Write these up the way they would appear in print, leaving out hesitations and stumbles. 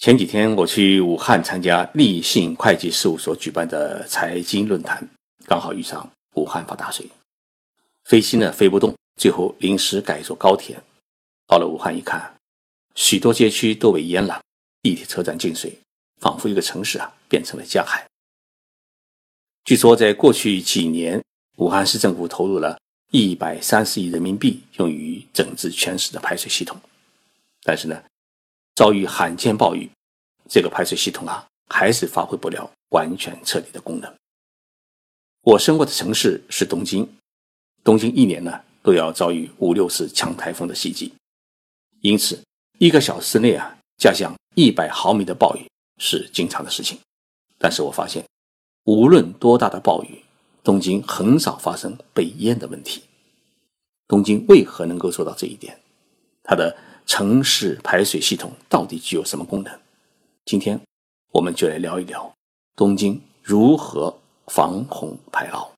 前几天我去武汉参加立信会计事务所举办的财经论坛，刚好遇上武汉发大水，飞机呢飞不动，最后临时改坐高铁。到了武汉一看，许多街区都被淹了，地铁车站进水，仿佛一个城市变成了江海。据说在过去几年，武汉市政府投入了130亿人民币用于整治全市的排水系统，但是呢，遭遇罕见暴雨，这个排水系统还是发挥不了完全彻底的功能。我生活的城市是东京，东京一年呢都要遭遇5-6次强台风的袭击，因此1个小时内加降100毫米的暴雨是经常的事情。但是我发现，无论多大的暴雨，东京很少发生被淹的问题。东京为何能够做到这一点？它的城市排水系统到底具有什么功能？今天我们就来聊一聊东京如何防洪排涝。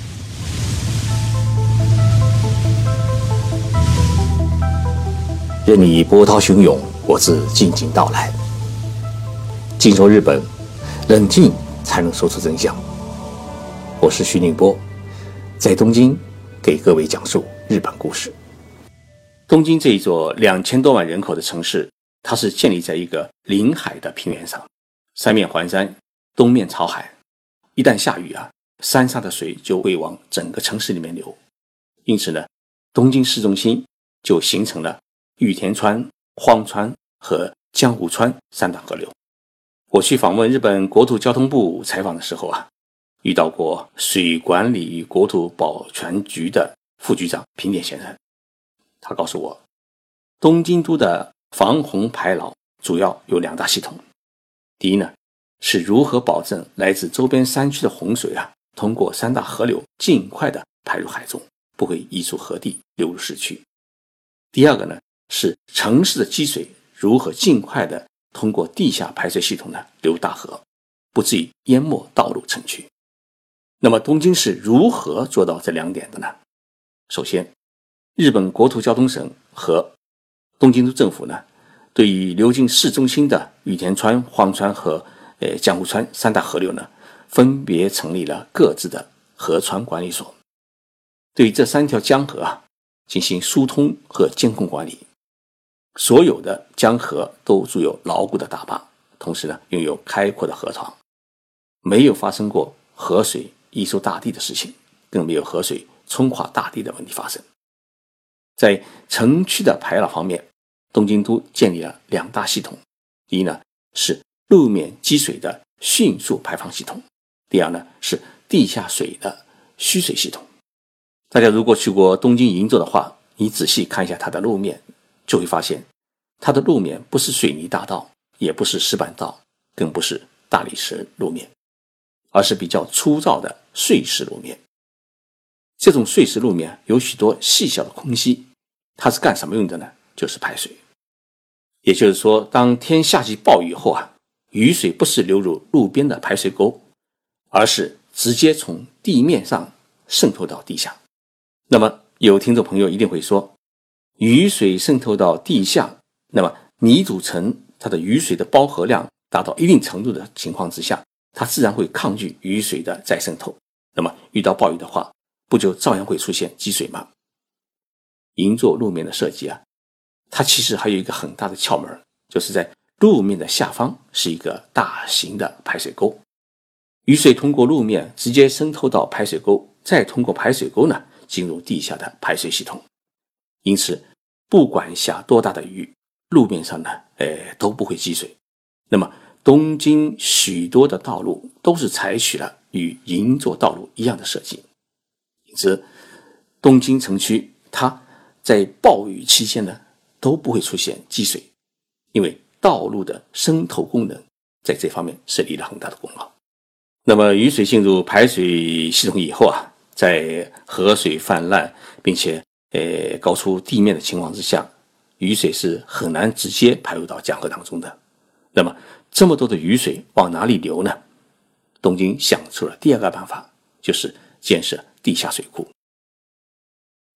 任你波涛汹涌，我自静静到来。静说日本，冷静才能说出真相。我是徐宁波，在东京给各位讲述日本故事。东京这一座2000多万人口的城市，它是建立在一个临海的平原上，三面环山，东面朝海。一旦下雨山上的水就会往整个城市里面流。因此呢，东京市中心就形成了玉田川、荒川和江户川3大河流。我去访问日本国土交通部采访的时候遇到过水管理与国土保全局的副局长平田先生。他告诉我，东京都的防洪排涝主要有2大系统。第一呢，是如何保证来自周边山区的洪水通过3大河流尽快的排入海中，不会溢出河地流入市区。第二个呢，是城市的积水如何尽快的通过地下排水系统流大河，不至于淹没道路城区。那么东京市如何做到这2点的呢？首先，日本国土交通省和东京都政府呢，对于流进市中心的羽田川、荒川和江户川3大河流呢，分别成立了各自的河川管理所，对于这3条江河进行疏通和监控管理。所有的江河都筑有牢固的大坝，同时呢，拥有开阔的河床，没有发生过河水溢出大地的事情，更没有河水冲垮大地的问题发生。在城区的排涝方面，东京都建立了2大系统。第一呢，是路面积水的迅速排放系统；第二呢，是地下水的蓄水系统。大家如果去过东京银座的话，你仔细看一下它的路面，就会发现它的路面不是水泥大道，也不是石板道，更不是大理石路面，而是比较粗糙的碎石路面。这种碎石路面有许多细小的空隙，它是干什么用的呢？就是排水。也就是说，当天下起暴雨后雨水不是流入路边的排水沟，而是直接从地面上渗透到地下。那么有听众朋友一定会说，雨水渗透到地下，那么泥土层它的雨水的饱和量达到一定程度的情况之下，它自然会抗拒雨水的再渗透。那么遇到暴雨的话，不就照样会出现积水吗？银座路面的设计它其实还有一个很大的窍门，就是在路面的下方是一个大型的排水沟，雨水通过路面直接渗透到排水沟，再通过排水沟呢进入地下的排水系统。因此不管下多大的雨，路面上呢都不会积水。那么东京许多的道路都是采取了与银座道路一样的设计，因此东京城区它在暴雨期间呢都不会出现积水，因为道路的渗透功能在这方面是立了很大的功劳。那么雨水进入排水系统以后在河水泛滥并且高出地面的情况之下，雨水是很难直接排入到江河当中的。那么这么多的雨水往哪里流呢？东京想出了第2个办法，就是建设地下水库。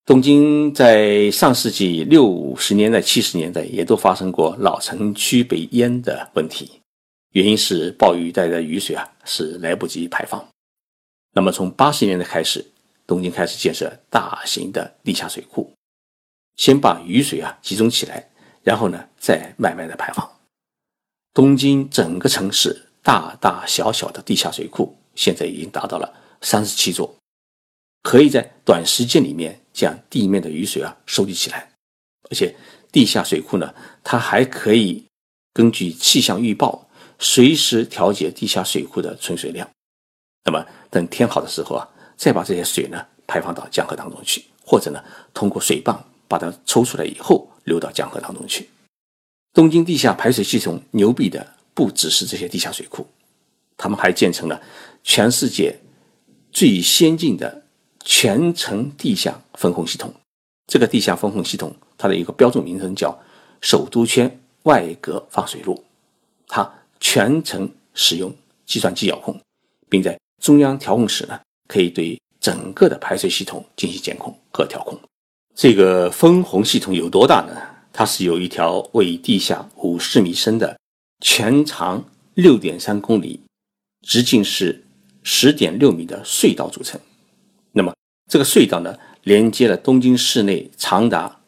东京在上世纪60年代、70年代也都发生过老城区被淹的问题，原因是暴雨带的雨水是来不及排放。那么从80年代开始，东京开始建设大型的地下水库，先把雨水集中起来，然后呢再慢慢的排放。东京整个城市大大小小的地下水库现在已经达到了37座，可以在短时间里面将地面的雨水收集起来。而且地下水库呢，它还可以根据气象预报随时调节地下水库的存水量。那么等天好的时候再把这些水呢排放到江河当中去，或者呢通过水泵把它抽出来以后流到江河当中去。东京地下排水系统牛逼的不只是这些地下水库，他们还建成了全世界最先进的全程地下分洪系统。这个地下分洪系统它的一个标准名称叫首都圈外隔放水路，它全程使用计算机遥控，并在中央调控室呢可以对整个的排水系统进行监控和调控。这个分洪系统有多大呢？它是由一条为地下50米深的全长 6.3 公里直径是 10.6 米的隧道组成。那么这个隧道呢连接了东京市内长达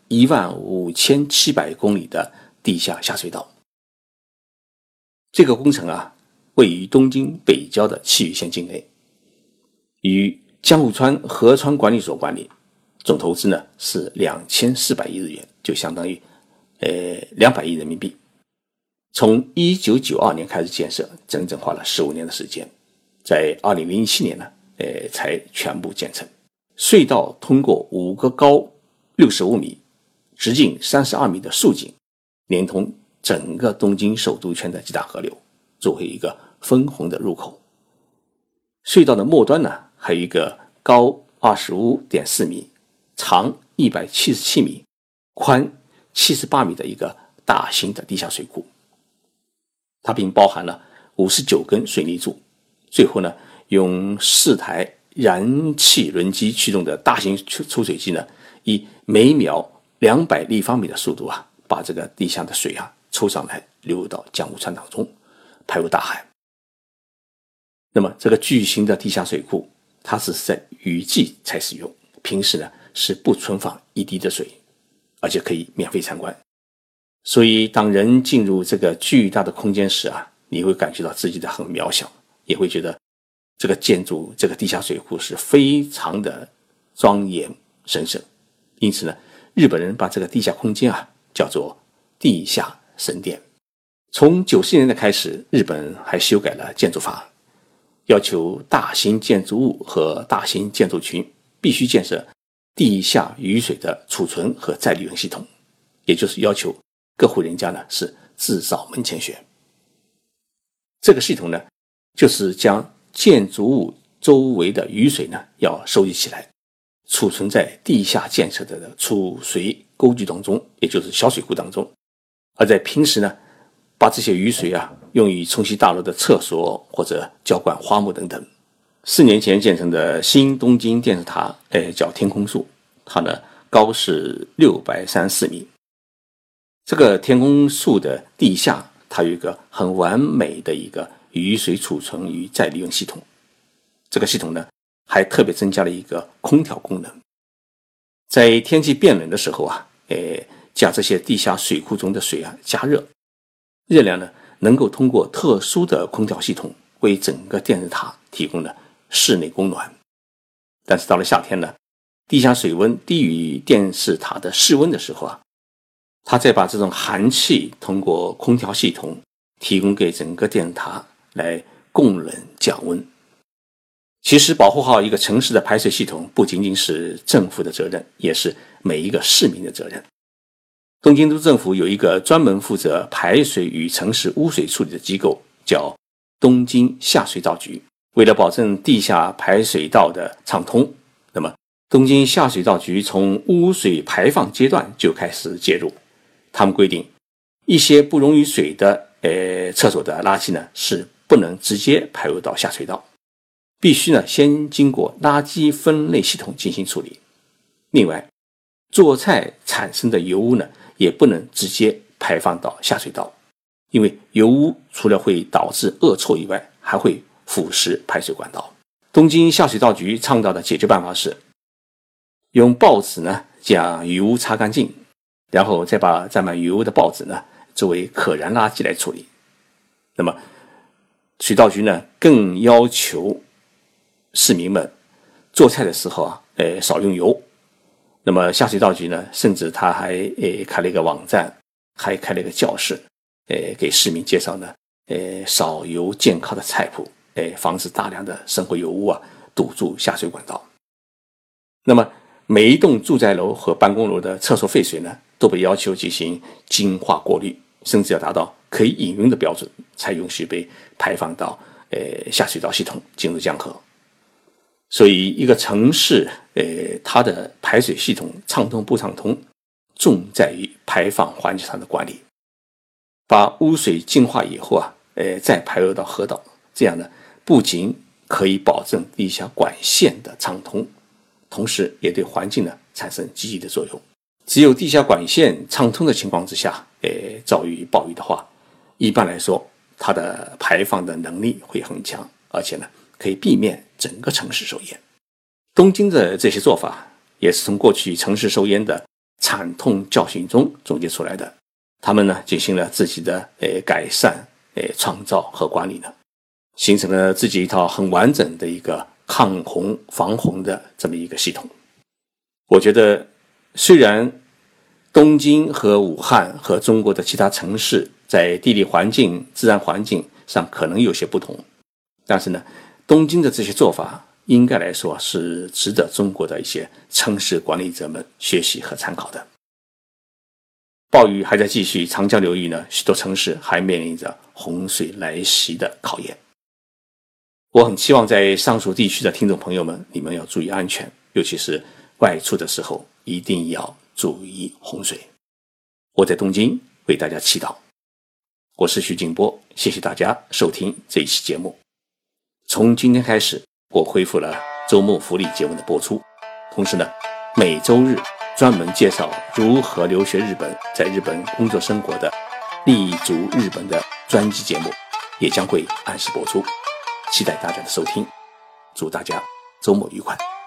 15700公里的地下下水道。这个工程位于东京北郊的埼玉县境内，与江户川河川管理所管理，总投资呢是2400亿日元，就相当于200亿人民币。从1992年开始建设，整整花了15年的时间，在2007年呢才全部建成。隧道通过5个高65米、直径32米的竖井，连通整个东京首都圈的几大河流，作为一个分洪的入口。隧道的末端呢还有一个高 25.4 米、长177米、宽78米的一个大型的地下水库，它并包含了59根水泥柱。最后呢用4台燃气轮机驱动的大型抽水机呢，以每秒200立方米的速度把这个地下的水抽上来，流入到江户川当中，排入大海。那么这个巨型的地下水库，它是在雨季才使用，平时呢是不存放一滴的水，而且可以免费参观。所以当人进入这个巨大的空间时你会感觉到自己的很渺小，也会觉得这个建筑，这个地下水库是非常的庄严神圣。因此呢，日本人把这个地下空间叫做地下神殿。从90年代开始，日本还修改了建筑法，要求大型建筑物和大型建筑群必须建设地下雨水的储存和再利用系统，也就是要求各户人家呢是自扫门前雪。这个系统呢，就是将建筑物周围的雨水呢要收集起来，储存在地下建设的储水沟渠当中，也就是小水库当中。而在平时呢，把这些雨水用于冲洗大楼的厕所或者浇灌花木等等。4年前建成的新东京电视塔叫天空树，它呢高是634米。这个天空树的地下它有一个很完美的一个雨水储存与再利用系统。这个系统呢还特别增加了一个空调功能，在天气变冷的时候将这些地下水库中的水加热，热量呢能够通过特殊的空调系统为整个电视塔提供了室内供暖。但是到了夏天呢，地下水温低于电视塔的室温的时候它再把这种寒气通过空调系统提供给整个电视塔来供冷降温。其实保护好一个城市的排水系统不仅仅是政府的责任，也是每一个市民的责任。东京都政府有一个专门负责排水与城市污水处理的机构，叫东京下水道局。为了保证地下排水道的畅通，那么东京下水道局从污水排放阶段就开始介入。他们规定一些不溶于水的厕所的垃圾呢是不能直接排入到下水道，必须呢先经过垃圾分类系统进行处理。另外做菜产生的油污呢，也不能直接排放到下水道，因为油污除了会导致恶臭以外，还会腐蚀排水管道。东京下水道局倡导的解决办法是，用报纸呢将油污擦干净，然后再把沾满油污的报纸呢作为可燃垃圾来处理。那么水道局呢更要求市民们做菜的时候少用油。那么下水道局呢，甚至他还开了一个网站，还开了一个教室，给市民介绍呢少油健康的菜谱，防止大量的生活油污堵住下水管道。那么每一栋住宅楼和办公楼的厕所废水呢，都被要求进行净化过滤，甚至要达到可以饮用的标准，才允许被排放到下水道系统进入江河。所以一个城市它的排水系统畅通不畅通，重在于排放环节上的管理。把污水净化以后再排入到河道，这样呢不仅可以保证地下管线的畅通，同时也对环境呢产生积极的作用。只有地下管线畅通的情况之下，遭遇暴雨的话，一般来说它的排放的能力会很强，而且呢可以避免整个城市受淹。东京的这些做法也是从过去城市受淹的惨痛教训中总结出来的。他们呢进行了自己的改善、创造和管理呢，形成了自己一套很完整的一个抗洪防洪的这么一个系统。我觉得虽然东京和武汉和中国的其他城市在地理环境、自然环境上可能有些不同，但是呢东京的这些做法应该来说是值得中国的一些城市管理者们学习和参考的。暴雨还在继续，长江流域呢，许多城市还面临着洪水来袭的考验。我很期望在上述地区的听众朋友们，你们要注意安全，尤其是外出的时候一定要注意洪水。我在东京为大家祈祷。我是徐静波，谢谢大家收听这一期节目。从今天开始，我恢复了周末福利节目的播出，同时呢，每周日专门介绍如何留学日本，在日本工作生活的立足日本的专辑节目也将会按时播出，期待大家的收听，祝大家周末愉快。